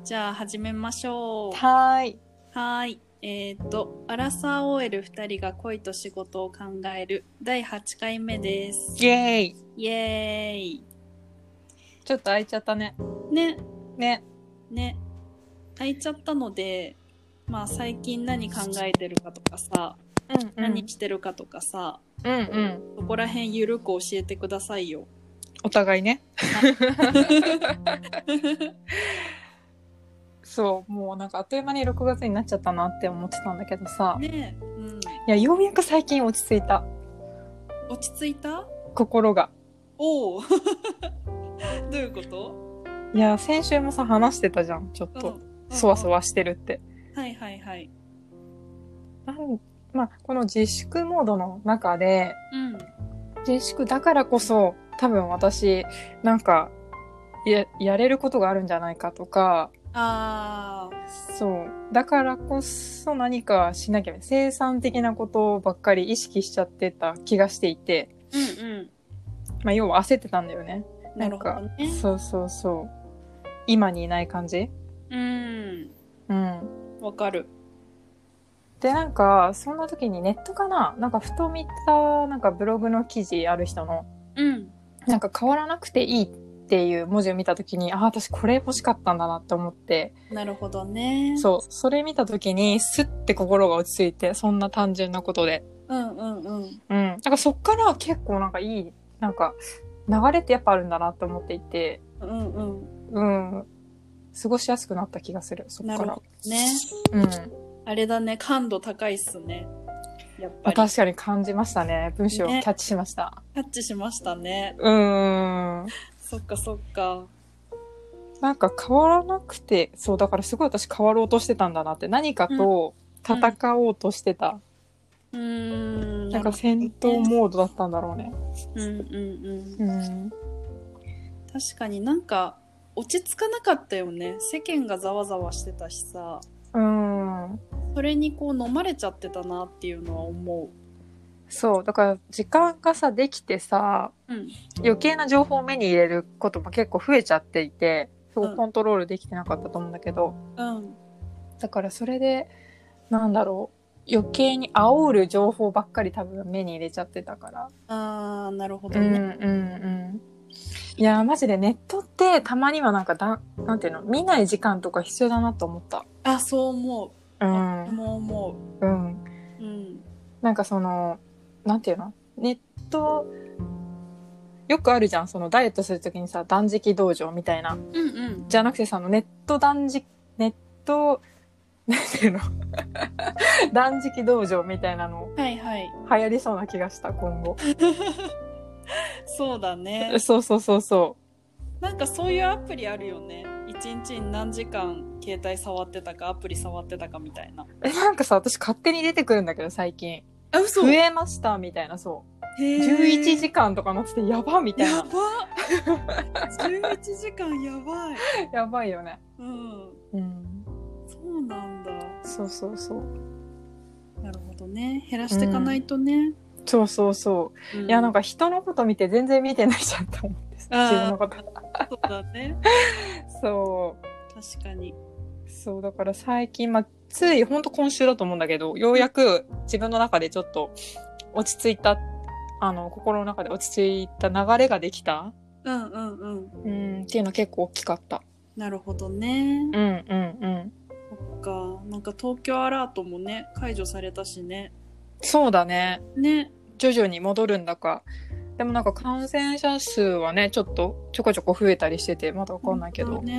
じゃあ始めましょう。 はーい。 はーい。アラサー OL2 人が恋と仕事を考える第8回目です。 イエーイ。 イエーイ。 ちょっと空いちゃったね。 ね。空いちゃったので、まあ最近何考えてるかとかさ、何してるかとかさ、そこら辺ゆるく教えてくださいよ。 お互いね。そう、もうなんかあっという間に6月になっちゃったなって思ってたんだけどさ。 ね、 いや、ようやく最近落ち着いた。 落ち着いた？ 心が。 おお。どういうこと？ いや、先週もさ、話してたじゃん。ちょっと、そわそわしてるって。 はいはいはい。 まあ、この自粛モードの中で、自粛だからこそ、多分私、なんか、やれることがあるんじゃないかとか、そう。だからこそ何かしなきゃ、生産的なことばっかり意識しちゃってた気がしていて、まあ、要は焦ってたんだよね。 なるほどね。 そうそうそう。今にいない感じ？ わかる。 で、なんか、そんな時にネットかな？なんか、ふと見た、なんかブログの記事ある人の、なんか変わらなくていいっていう文字を見た時に、私これ欲しかったんだなって思って。 なるほどね。 そう、それ見た時に、スッて心が落ち着いて、そんな単純なことで。なんかそっから結構なんかいい、なんか、流れってやっぱあるんだなって思っていて、過ごしやすくなった気がする、そっから。 なるほどね。あれだね、感度高いっすね。やっぱり。 確かに感じましたね。文章をキャッチしました。 キャッチしましたね。そっかそっか。 なんか変わらなくて、そう、だからすごい私変わろうとしてたんだなって、何かと戦おうとしてた。なんか戦闘モードだったんだろうね。 確かになんか落ち着かなかったよね。世間がざわざわしてたしさ。それにこう飲まれちゃってたなっていうのは思う。 そう、だから時間がさ、できてさ、余計な情報を目に入れることも結構増えちゃっていて、すごいコントロールできてなかったと思うんだけど、だからそれで、なんだろう、余計に煽る情報ばっかり多分目に入れちゃってたから。 なるほどね。 いや、マジでネットってたまにはなんかなんていうの、見ない時間とか必要だなと思った。 そう思う。もう思う。 なんかその、なんていうの、ネット、よくあるじゃん、そのダイエットするときにさ、断食道場みたいな。じゃなくてさ、ネット、なんていうの断食道場みたいなの、流行りそうな気がした、今後。 そうだね。 そうなんかそういうアプリあるよね。一日に何時間携帯触ってたかアプリ触ってたかみたいな。 なんかさ、私勝手に出てくるんだけど最近。 嘘？ 増えましたみたいな、そう。11時間とか載っててやばみたいな。 やば11時間やばい。 やばいよね。 そうなんだ。 そうなるほどね。減らしていかないとね。 そう。いや、なんか人のこと見て全然見てないじゃんと思って。自分のこと。 そうだね。 そう。 確かに。 そう、だから最近、ついほんと今週だと思うんだけど、ようやく自分の中でちょっと落ち着いた、心の中で落ち着いた流れができた。っていうのは結構大きかった。 なるほどね。そっか。なんか東京アラートもね、解除されたしね。 そうだね。 ね。 徐々に戻るんだか。でもなんか感染者数はね、ちょっとちょこちょこ増えたりしてて、まだわかんないけど。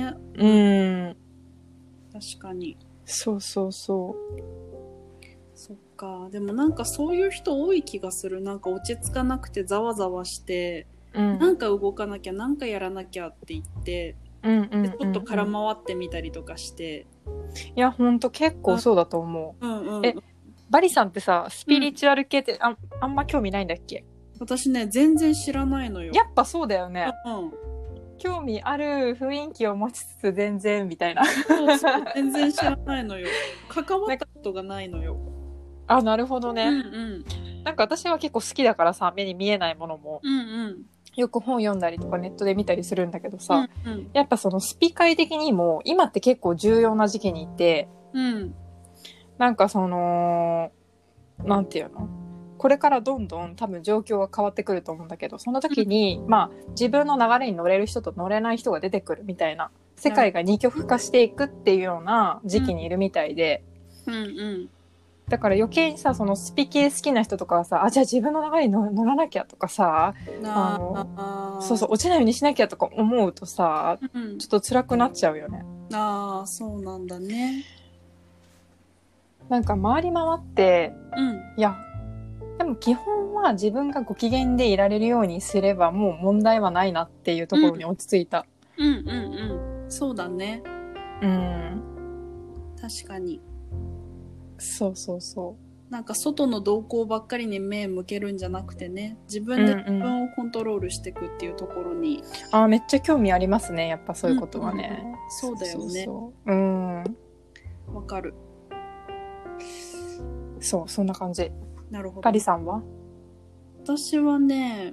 確かに。 そう。 そっか。でもなんかそういう人多い気がする。なんか落ち着かなくてざわざわして、なんか動かなきゃ、なんかやらなきゃって言って、でちょっと空回ってみたりとかして。 いや、ほんと結構そうだと思う。バリさんってさ、スピリチュアル系ってあんま興味ないんだっけ？ 私ね、全然知らないのよ。 やっぱそうだよね。興味ある雰囲気を持ちつつ全然みたいな。 そう全然知らないのよ。関わったことがないのよ。 なるほどね。なんか私は結構好きだからさ、目に見えないものも。 よく本読んだりとかネットで見たりするんだけどさ、やっぱそのスピ界的にも今って結構重要な時期にいて、なんかそのなんていうの、これからどんどん多分状況が変わってくると思うんだけど、その時に、まあ自分の流れに乗れる人と乗れない人が出てくるみたいな、世界が二極化していくっていうような時期にいるみたいで、だから余計にさ、そのスピ系好きな人とかはさ、あ、じゃあ自分の流れに乗らなきゃとかさ、そうそう、落ちないようにしなきゃとか思うとさ、ちょっと辛くなっちゃうよね。 ああ、そうなんだね。 なんか回り回って、いや、でも基本は自分がご機嫌でいられるようにすればもう問題はないなっていうところに落ち着いた。 そうだね。確かに。 そうそうそう。 なんか外の動向ばっかりに目向けるんじゃなくてね、自分で自分をコントロールしていくっていうところに。 あ、めっちゃ興味ありますね。やっぱそういうことはね。 そうだよね。わかる。 そう、そんな感じ。 なるほど。 パリさんは？ 私はね、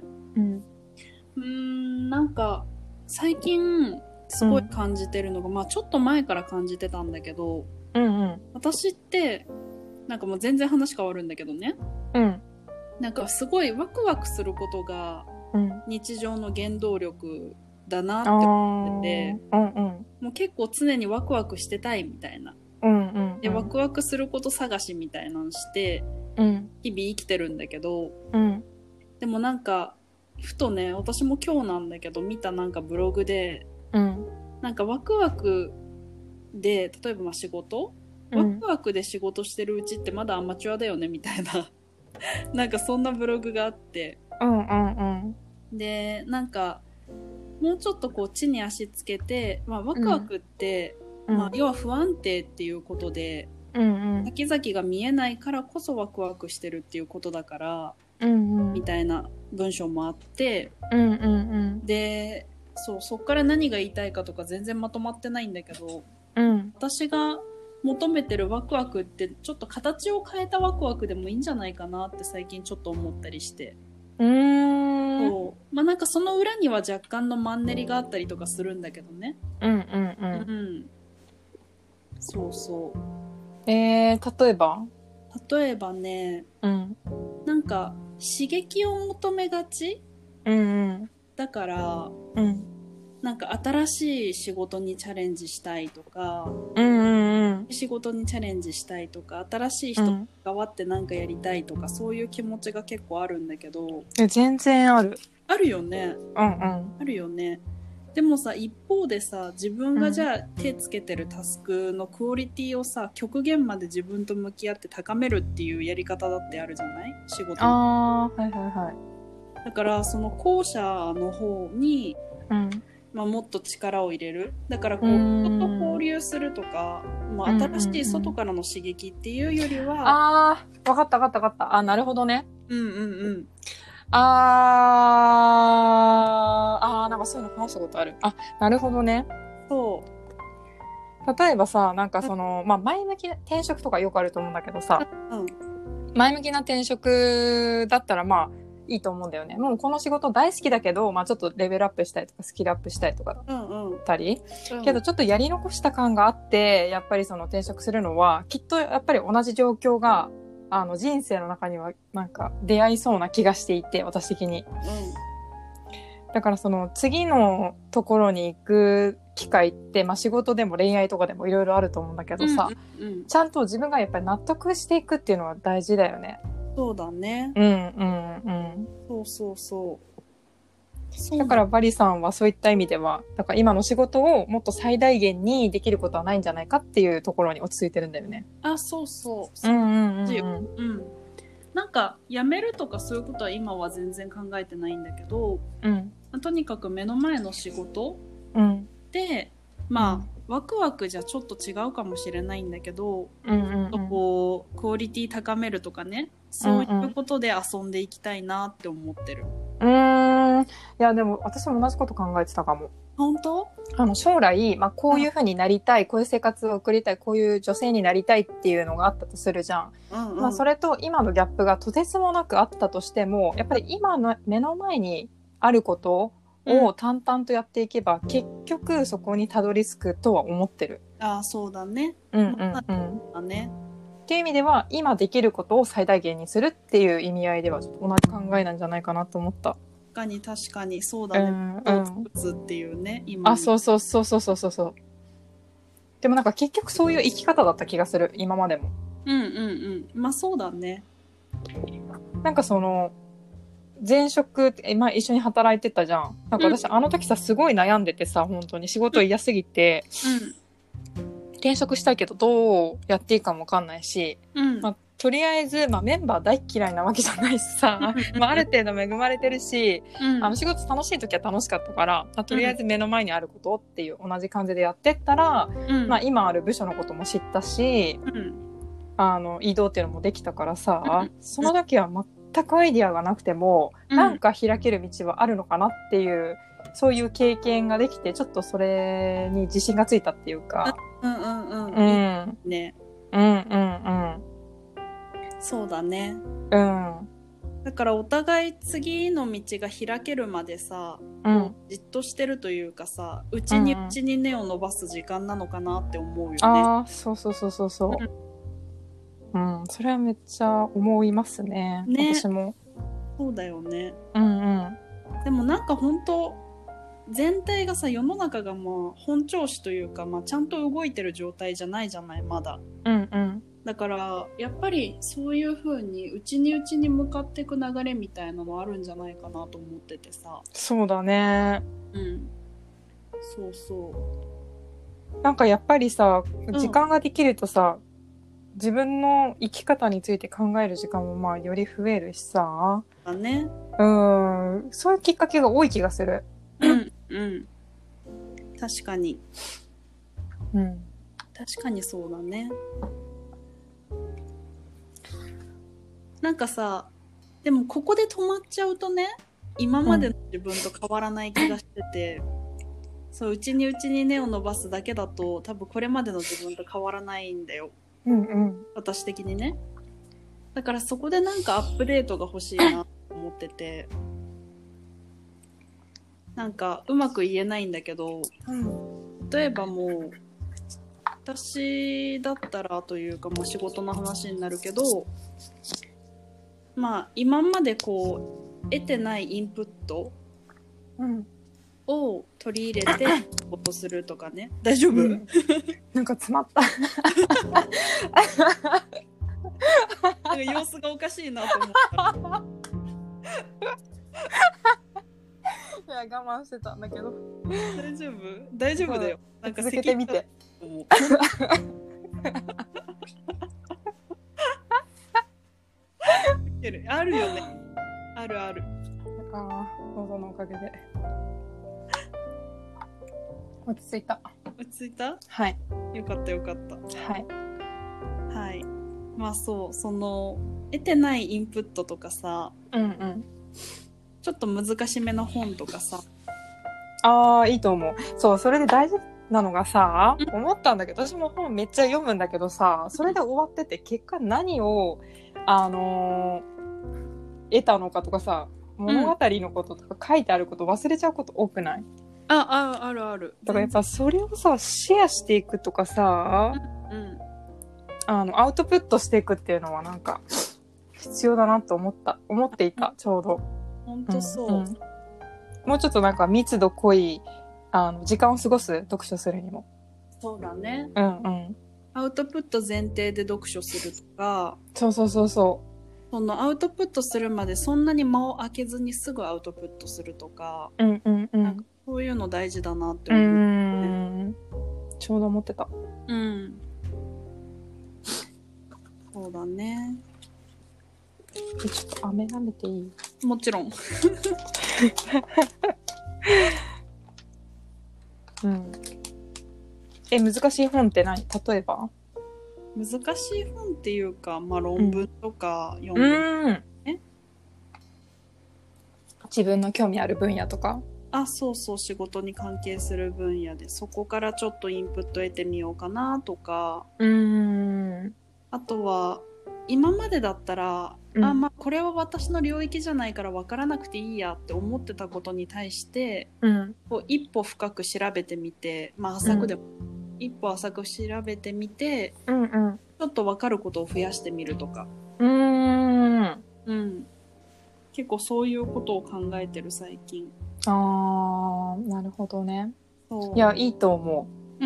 なんか最近すごい感じてるのが、まあちょっと前から感じてたんだけど、私ってなんかもう全然話変わるんだけどね、なんかすごいワクワクすることが日常の原動力だなって思ってて、もう結構常にワクワクしてたいみたいな、でワクワクすること探しみたいなのして日々生きてるんだけど、でもなんかふとね、私も今日なんだけど見たなんかブログで、なんかワクワクで、例えばまあ仕事、ワクワクで仕事してるうちってまだアマチュアだよねみたいななんかそんなブログがあって、でなんかもうちょっとこう地に足つけて、まあ、ワクワクって、まあ、要は不安定っていうことで、先々が見えないからこそワクワクしてるっていうことだから、みたいな文章もあって、でそっから何が言いたいかとか全然まとまってないんだけど、私が求めてるワクワクってちょっと形を変えたワクワクでもいいんじゃないかなって最近ちょっと思ったりして、まあなんかその裏には若干のマンネリがあったりとかするんだけどね。そうそう。 例えばね、なんか刺激を求めがち、だから、なんか新しい仕事にチャレンジしたいとか、仕事にチャレンジしたいとか、新しい人と関わってなんかやりたいとか、そういう気持ちが結構あるんだけど。 全然ある。 あるよね。あるよね。でもさ、一方でさ、自分がじゃあ手つけてるタスクのクオリティをさ、極限まで自分と向き合って高めるっていうやり方だってあるじゃない？仕事の。だからその後者の方に、まあ、もっと力を入れる。だからこう人と交流するとか、まあ、新しい外からの刺激っていうよりは、 分かった。あ、なるほどね。なんかそういうの話したことある。あ、なるほどね。 そう。 例えばさ、なんかその、まあ、前向きな転職とかよくあると思うんだけどさ、前向きな転職だったらまあいいと思うんだよね。もうこの仕事大好きだけど、まあちょっとレベルアップしたいとかスキルアップしたいとかだったり、けどちょっとやり残した感があって、やっぱりその転職するのは、きっとやっぱり同じ状況が人生の中にはなんか出会いそうな気がしていて、私的に。だからその次のところに行く機会って、まあ仕事でも恋愛とかでもいろいろあると思うんだけどさ、ちゃんと自分がやっぱり納得していくっていうのは大事だよね。 そうだね。そう。 だからバリさんはそういった意味では、だから今の仕事をもっと最大限にできることはないんじゃないかっていうところに落ち着いてるんだよね。 そう。なんか辞めるとかそういうことは今は全然考えてないんだけど、とにかく目の前の仕事で、まあワクワクじゃちょっと違うかもしれないんだけど、こうクオリティ高めるとかね、そういうことで遊んでいきたいなって思ってる。 いやでも私も同じこと考えてたかも。 本当？ 将来、まあ、こういう風になりたい、こういう生活を送りたい、こういう女性になりたいっていうのがあったとするじゃん。まあ、それと今のギャップがとてつもなくあったとしても、やっぱり今の目の前にあることを淡々とやっていけば、結局そこにたどり着くとは思ってる。 ああ、そうだね。 うんうんうん。 だね。 っていう意味では、今できることを最大限にするっていう意味合いではちょっと同じ考えなんじゃないかなと思った。 確かにそうだね。打つっていうね、 今。あ、そうそうそうそうそうそう。でもなんか結局そういう生き方だった気がする、今までも。 うんうんうん。まあそうだね。 なんかその前職まあ、一緒に働いてたじゃん。なんか私、あの時さすごい悩んでてさ、本当に仕事嫌すぎて、転職したいけどどうやっていいかもわかんないし、まあ、とりあえず、まあ、メンバー大嫌いなわけじゃないしさ、まあ、ある程度恵まれてるし、仕事楽しい時は楽しかったから、まあ、とりあえず目の前にあることっていう同じ感じでやってったら、まあ、今ある部署のことも知ったし、移動っていうのもできたからさ、その時は全くアイディアがなくても、なんか開ける道はあるのかなっていう、そういう経験ができて、ちょっとそれに自信がついたっていうか。 ね。そうだね。だからお互い次の道が開けるまでさ、じっとしてるというかさ、うちに根を伸ばす時間なのかなって思うよね。 ああ、そうそうそうそうそう。それはめっちゃ思いますね。私も。 そうだよね。でもなんか本当全体がさ、世の中がもう本調子というか、まあ、ちゃんと動いてる状態じゃないじゃない、まだ。だからやっぱりそういう風にうちに向かっていく流れみたいなのあるんじゃないかなと思っててさ。 そうだね。 そうそう。 なんかやっぱりさ、時間ができるとさ、自分の生き方について考える時間もまあより増えるしさ。 だね。 そういうきっかけが多い気がする。 確かに。確かにそうだね。なんかさ、でもここで止まっちゃうとね、今までの自分と変わらない気がしてて、そう、うちに根を伸ばすだけだと多分これまでの自分と変わらないんだよ。私的にね。だからそこでなんかアップデートが欲しいなと思ってて、なんかうまく言えないんだけど、例えばもう私だったらというか、まあ、仕事の話になるけど、まあ今までこう得てないインプットを取り入れてことするとかね。大丈夫？ なんか詰まったなんか様子がおかしいなと思ったいや我慢してたんだけど。 大丈夫だよ。なんか続けてみて。 あるよね。ある。 喉のおかげで落ち着いた。 はい。よかった。はい。まあそう、その得てないインプットとかさ、ちょっと難しめの本とかさ。 いいと思う。そう、それで大事なのがさ、思ったんだけど、私も本めっちゃ読むんだけどさ、それで終わってて結果何を得たのかとかさ、物語のこととか書いてあること忘れちゃうこと多くない？ ある。 だからやっぱそれをさ、シェアしていくとかさ、アウトプットしていくっていうのはなんか必要だなと思っていた、ちょうど。 本当そう、 もうちょっとなんか密度濃い時間を過ごす、読書するにも。 そうだね。アウトプット前提で読書するとか。 そう。そのアウトプットするまでそんなに間を空けずにすぐアウトプットするとか。なんかそういうの大事だなって思う、 ちょうど思ってた。 そうだね。 ちょっと飴舐めていい？ もちろん。 難しい本って何？例えば？ 難しい本っていうか、まあ論文とか読んで、 自分の興味ある分野とか？ そう、仕事に関係する分野でそこからちょっとインプット得てみようかなとか。あとは今までだったらまあこれは私の領域じゃないから分からなくていいやって思ってたことに対して、こう一歩深く調べてみて、まあ浅くでも、一歩浅く調べてみて、ちょっと分かることを増やしてみるとか。結構そういうことを考えてる最近。 あー、なるほどね。いや、いいと思う。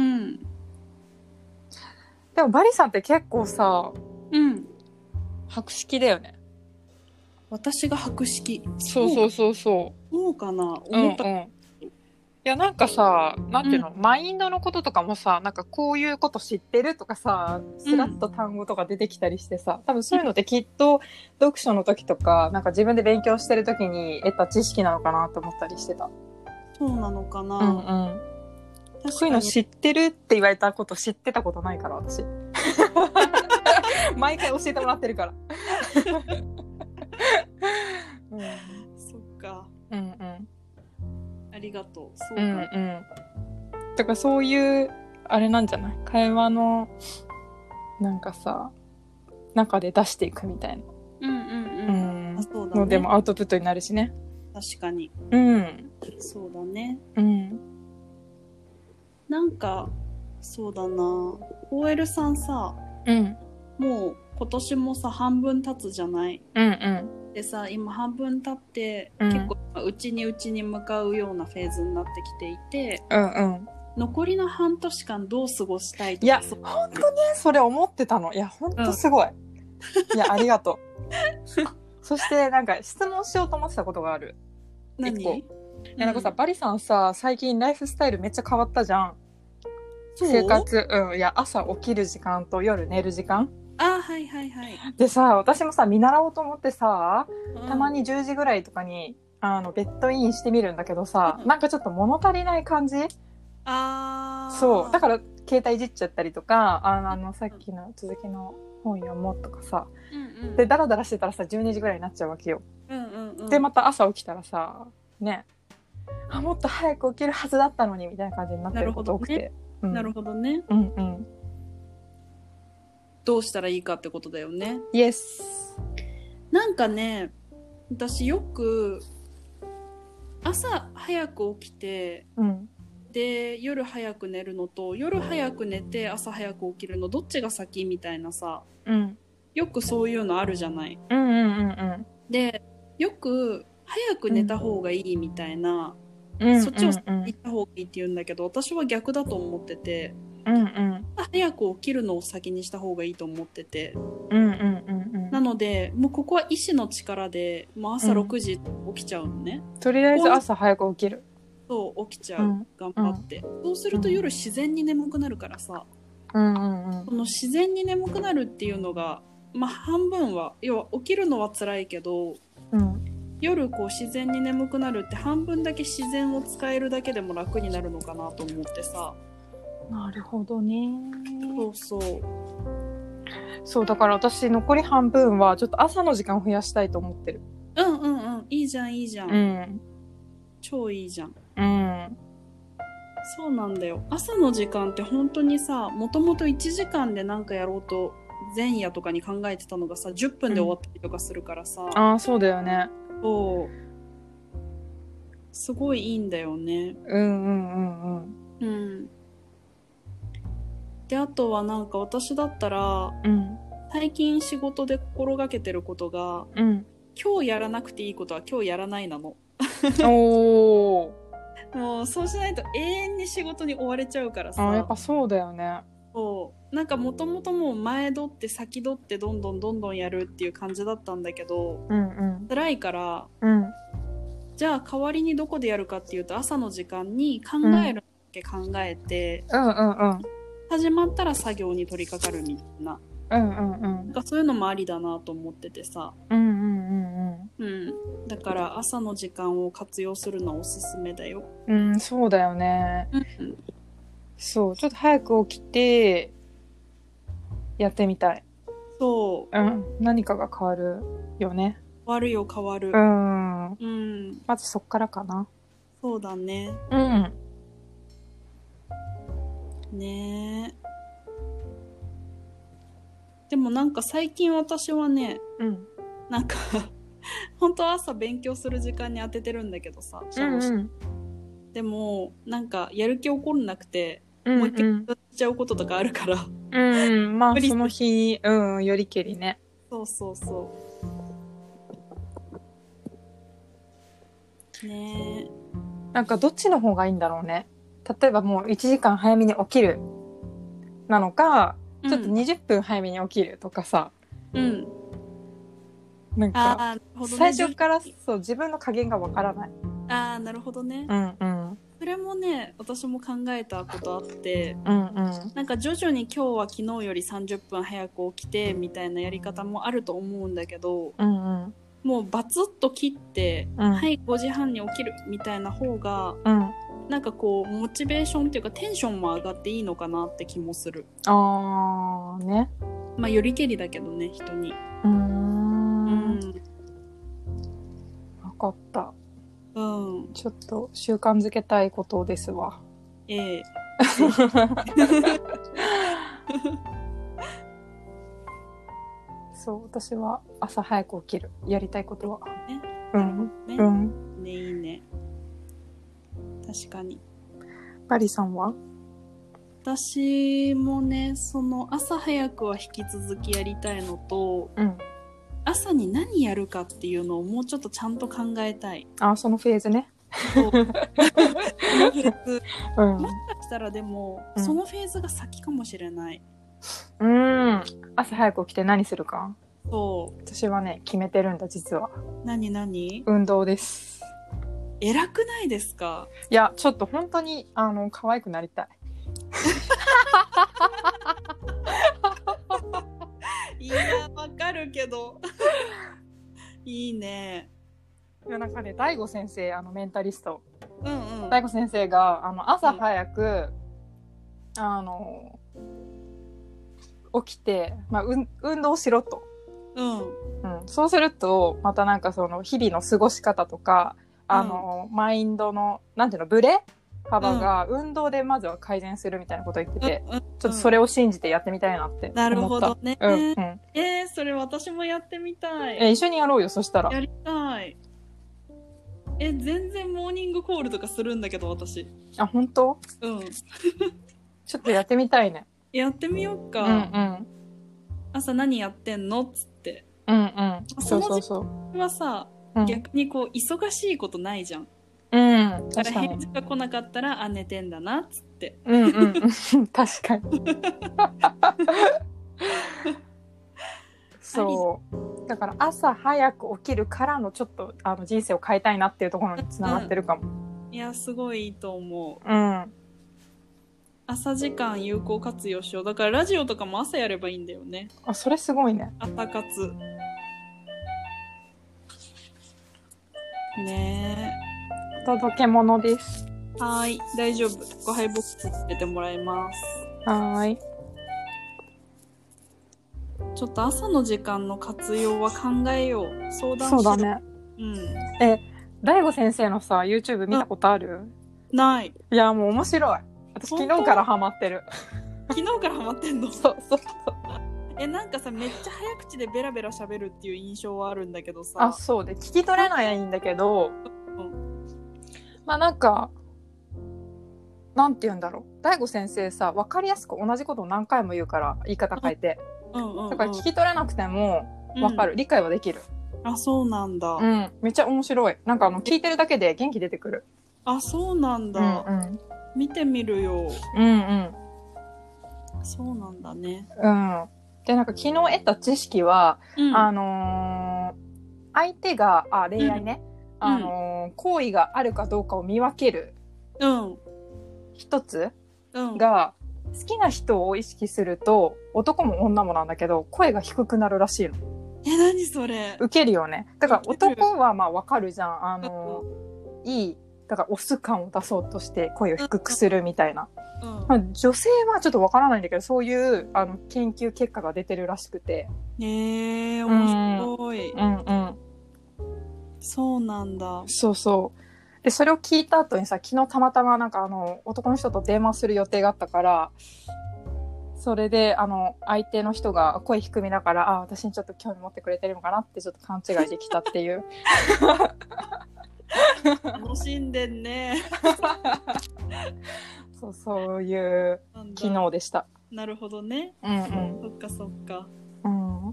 でもバリさんって結構さ、博識だよね。 私が博識。 そう。 そうかな、思った。 いや、なんかさ、なんていうの、マインドのこととかもさ、なんかこういうこと知ってるとかさ、スラッと単語とか出てきたりしてさ、多分そういうのってきっと読書の時とか、なんか自分で勉強してる時に得た知識なのかなと思ったりしてた。 そうなのかな。 そういうの知ってるって言われたこと知ってたことないから、私。毎回教えてもらってるから。 そっか。ありがとう。 そうか。だからそういう、あれなんじゃない？会話の、なんかさ、中で出していくみたいな。 そうだね。 のでもアウトプットになるしね。 確かに。そうだね。なんか、そうだな。OL さんさ、もう今年もさ、半分経つじゃない。でさ、今半分経って、結構うちに向かうようなフェーズになってきていて、残りの半年間どう過ごしたいとか。 いや、ほんとね、それ思ってたの。いや、ほんとすごい。いや、ありがとう。そして、なんか質問しようと思ってたことがある。 何？ いや、なんかさ、バリさんさ、最近ライフスタイルめっちゃ変わったじゃん。生活、いや、朝起きる時間と夜寝る時間。でさ、私もさ、見習おうと思ってさ、たまに10時ぐらいとかに、ベッドインしてみるんだけどさ、なんかちょっと物足りない感じ？そう。だから、携帯いじっちゃったりとか、さっきの続きの本読もうとかさ、で、ダラダラしてたらさ、12時ぐらいになっちゃうわけよ。で、また朝起きたらさ、ね、もっと早く起きるはずだったのに、みたいな感じになってること多くて。 なるほどね。どうしたらいいかってことだよね。 イエス。 なんかね、私よく朝早く起きて、で夜早く寝るのと、夜早く寝て朝早く起きるのどっちが先みたいなさ、よくそういうのあるじゃない。で、よく早く寝た方がいいみたいな、そっちを先に行った方がいいって言うんだけど、私は逆だと思ってて、早く起きるのを先にした方がいいと思ってて、なのでもうここは意志の力で、もう朝6時起きちゃうのね。 とりあえず朝早く起きる。 そう起きちゃう、頑張って、そうすると夜自然に眠くなるからさ、この自然に眠くなるっていうのが、まあ半分は、要は起きるのは辛いけど、夜こう自然に眠くなるって半分だけ自然を使えるだけでも楽になるのかなと思ってさ。 なるほどね。 そうだから私残り半分はちょっと朝の時間を増やしたいと思ってる。 いいじゃん、超いいじゃん。そうなんだよ。朝の時間って本当にさ、もともと1時間でなんかやろうと前夜とかに考えてたのがさ、10分で終わったりとかするからさ。 そうだよね。 すごいいいんだよね。で、あとはなんか私だったら、最近仕事で心がけてることが、今日やらなくていいことは今日やらないなの。もうそうしないと永遠に仕事に追われちゃうからさ。 やっぱそうだよね。 なんかもともともう前取って先取ってどんどんやるっていう感じだったんだけど、辛いから、じゃあ代わりにどこでやるかっていうと、朝の時間に考えるだけ考えて、始まったら作業に取り掛かるみたいな、なんかそういうのもありだなと思っててさ、だから朝の時間を活用するのはおすすめだよ。 そうだよね。そう、ちょっと早く起きてやってみたい。何かが変わるよね。 変わるよ、変わる。 まずそっからかな。 そうだね。ねえ。でもなんか最近私はね、 なんか本当は朝勉強する時間に当ててるんだけどさ、シャワーして、でもなんかやる気起こんなくて、もう一回やっちゃうこととかあるから、 まあその日、よりけりね。 そうそうそう。ねえ。 なんかどっちの方がいいんだろうね。例えばもう1時間早めに起きるなのか、ちょっと20分早めに起きるとかさ。なんか、最初からそう自分の加減がわからない。 ああ、なるほどね。それもね、私も考えたことあって、なんか徐々に今日は昨日より30分早く起きてみたいなやり方もあると思うんだけど、もうバツッと切って、はい、5時半に起きるみたいな方が、なんかこうモチベーションっていうかテンションも上がっていいのかなって気もする。 あーね。 まあよりけりだけどね、人に。 分かった。ちょっと習慣づけたいことですわ。そう、私は朝早く起きる。やりたいことは。 ね、いいね。確かに。 バリさんは？ 私もね、その朝早くは引き続きやりたいのと、朝に何やるかっていうのをもうちょっとちゃんと考えたい。 そのフェーズね。 そのフェーズ、もしかしたらでも、そのフェーズが先かもしれない。 朝早く起きて何するか。 そう。 私はね、決めてるんだ、実は。 何？ 運動です。 偉くないですか？ いや、ちょっと本当に可愛くなりたい。 いや、わかるけど。いいね。 いや、なんかね、大悟先生、メンタリスト。大悟先生が、朝早く、起きて、まあ、運動しろと。そうすると、またなんかその、日々の過ごし方とか、マインドの、なんていうの、ブレ幅が運動でまずは改善するみたいなことを言ってて、ちょっとそれを信じてやってみたいなって思った。 なるほどね。それ私もやってみたい。 一緒にやろうよ、そしたら。 やりたい。全然モーニングコールとかするんだけど、私。 本当？ちょっとやってみたいね。 やってみようか。朝何やってんのっつって。 そうそうそう。 その時はさ、逆にこう忙しいことないじゃん。だから返事が来なかったら、寝てんだなっつって。 確かに。そうだから朝早く起きるからのちょっと人生を変えたいなっていうところにつながってるかも。 いや、すごいいいと思う。朝時間有効活用しよう。だからラジオとかも朝やればいいんだよね。 それすごいね。 朝活ねえ。お届け物です。 はい、大丈夫。ごハイボックスつけてもらいます。 はい。 ちょっと朝の時間の活用は考えよう。相談しよう。 そうだね。大悟先生のさ、YouTube 見たことある？ ない。 いや、もう面白い。私昨日からハマってる。 昨日からハマってんの？ そう。 なんかさ、めっちゃ早口でベラベラ喋るっていう印象はあるんだけどさ。 そうで、聞き取れないんだけど、まあなんか、なんて言うんだろう。大悟先生さ、わかりやすく同じことを何回も言うから、言い方変えて。だから聞き取れなくてもわかる、理解はできる。 そうなんだ。 めっちゃ面白い。なんか聞いてるだけで元気出てくる。 そうなんだ。見てみるよ。そうなんだね。 で、なんか昨日得た知識は、相手が、恋愛ね、行為があるかどうかを見分ける。一つが、好きな人を意識すると、男も女もなんだけど、声が低くなるらしいの。 何それ？ ウケるよね。だから男はまあわかるじゃん。だからオス感を出そうとして声を低くするみたいな。女性はちょっとわからないんだけど、そういう研究結果が出てるらしくて。 面白い。そうなんだ。 そう。で、それを聞いた後にさ、昨日たまたまなんか男の人と電話する予定があったから、 それで相手の人が声低めだから、私にちょっと興味持ってくれてるのかなってちょっと勘違いできたっていう楽しんでんねそういう機能でした。 なるほどね。 うんうん。 そっかそっか。 うん。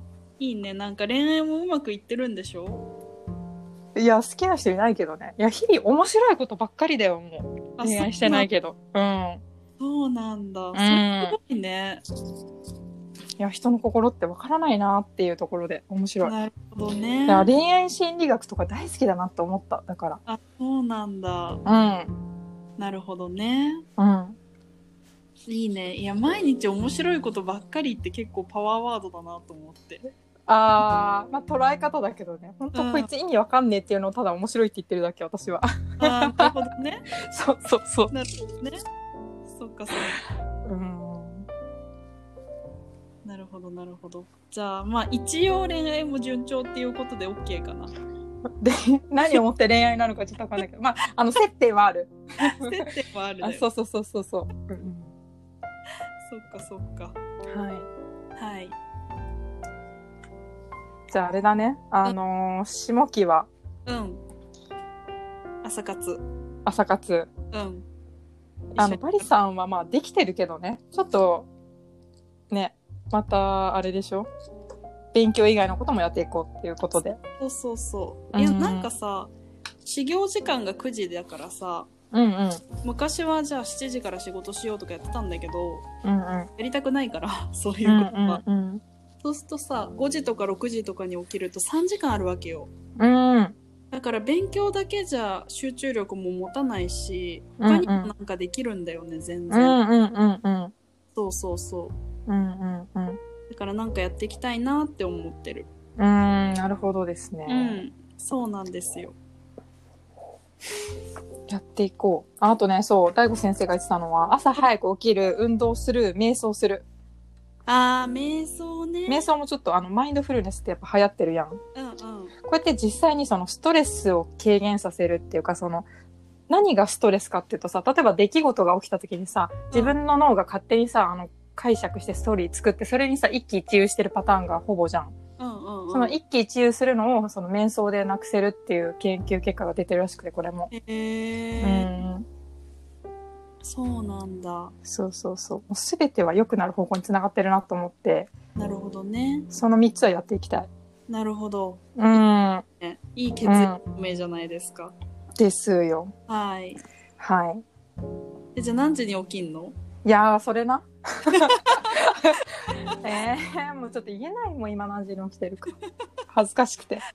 いいね。なんか恋愛もうまくいってるんでしょ？ いや、好きな人いないけどね。いや、日々面白いことばっかりだよ、もう。恋愛してないけど。うん。 そうなんだ。すごいね。 いや、人の心ってわからないなっていうところで面白い。 なるほどね。 いや、恋愛心理学とか大好きだなって思った。だから。 あ、そうなんだ。 うん。 なるほどね。 うん。 いいね。いや、毎日面白いことばっかりって結構パワーワードだなと思って。 まあ捉え方だけどね。本当こいつ意味わかんねえっていうのをただ面白いって言ってるだけ、私は。 なるほどね。 そう。 なるほどね。そっかそっか。なるほどなるほど。じゃあまあ一応恋愛も順調っていうことで OK かな。 で、何をもって恋愛なのかちょっとわかんないけど、まあ接点はある。 接点はあるね。 そう。 そっかそっか。はい。 じゃああれだね。下期は。 うん。朝活。うん。 バリさんはまあできてるけどね。ちょっと、ね、またあれでしょ？勉強以外のこともやっていこうっていうことで。 そう。いや、なんかさ、始業時間が9時だからさ、昔はじゃあ7時から仕事しようとかやってたんだけど、やりたくないから、そういうことは。そうするとさ、5時とか6時とかに起きると3時間あるわけよ。だから勉強だけじゃ集中力も持たないし、他にもなんかできるんだよね、全然。そう。だからなんかやっていきたいなって思ってる。 なるほどですね。 そうなんですよ。 やっていこう。あとね、そう、大悟先生が言ってたのは、朝早く起きる、運動する、瞑想する。 瞑想ね。 瞑想もちょっとマインドフルネスってやっぱ流行ってるやん。こうやって実際にそのストレスを軽減させるっていうか、その、何がストレスかっていうとさ、例えば出来事が起きた時にさ、自分の脳が勝手にさ、解釈してストーリー作って、それにさ、一喜一憂してるパターンがほぼじゃん。その一喜一憂するのを、その瞑想でなくせるっていう研究結果が出てるらしくて、これも。 そうなんだ。 そう。もう全ては良くなる方向につながってるなと思って。 なるほどね。 その3つはやっていきたい。 なるほど。いい決意名じゃないですか。 ですよ。 はい。 じゃあ何時に起きんの？ いやー、それな。もうちょっと言えないもん、今何時に起きてるか。恥ずかしくて。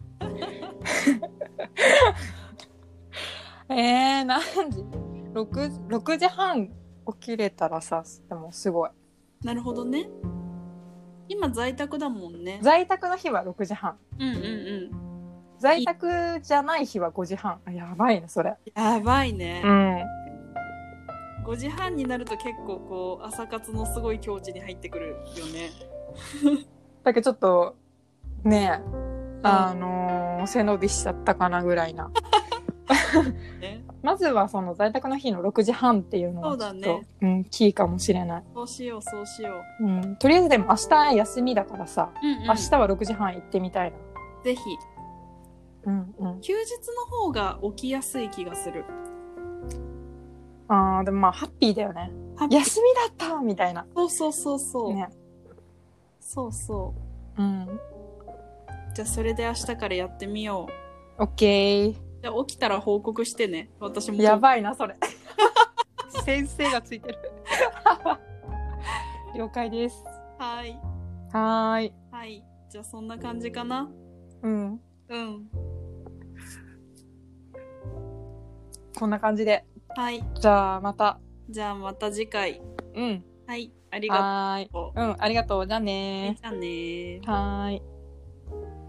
何時 ?6 時半起きれたらさ、でもすごい。 なるほどね。今在宅だもんね。 在宅の日は6時半。在宅じゃない日は5時半。やばいね、それ。 やばいね。5時半になると結構こう朝活のすごい境地に入ってくるよね。 だけどちょっとね背伸びしちゃったかなぐらいな。まずはその在宅の日の6時半っていうのはちょっと、キーかもしれない。 そうしよう。 とりあえずでも明日休みだからさ、明日は6時半行ってみたいな。 ぜひ。休日の方が起きやすい気がする。 でもまあハッピーだよね。休みだったみたいな。 そう。ね。そう。じゃあそれで明日からやってみよう。オッケー。 じゃあ起きたら報告してね。私も。 やばいなそれ。先生がついてる。了解です。 はい。じゃあそんな感じかな。 こんな感じで。じゃあまた次回。はい。ありがとう。 ありがとう。じゃあね。 じゃあね。 はい。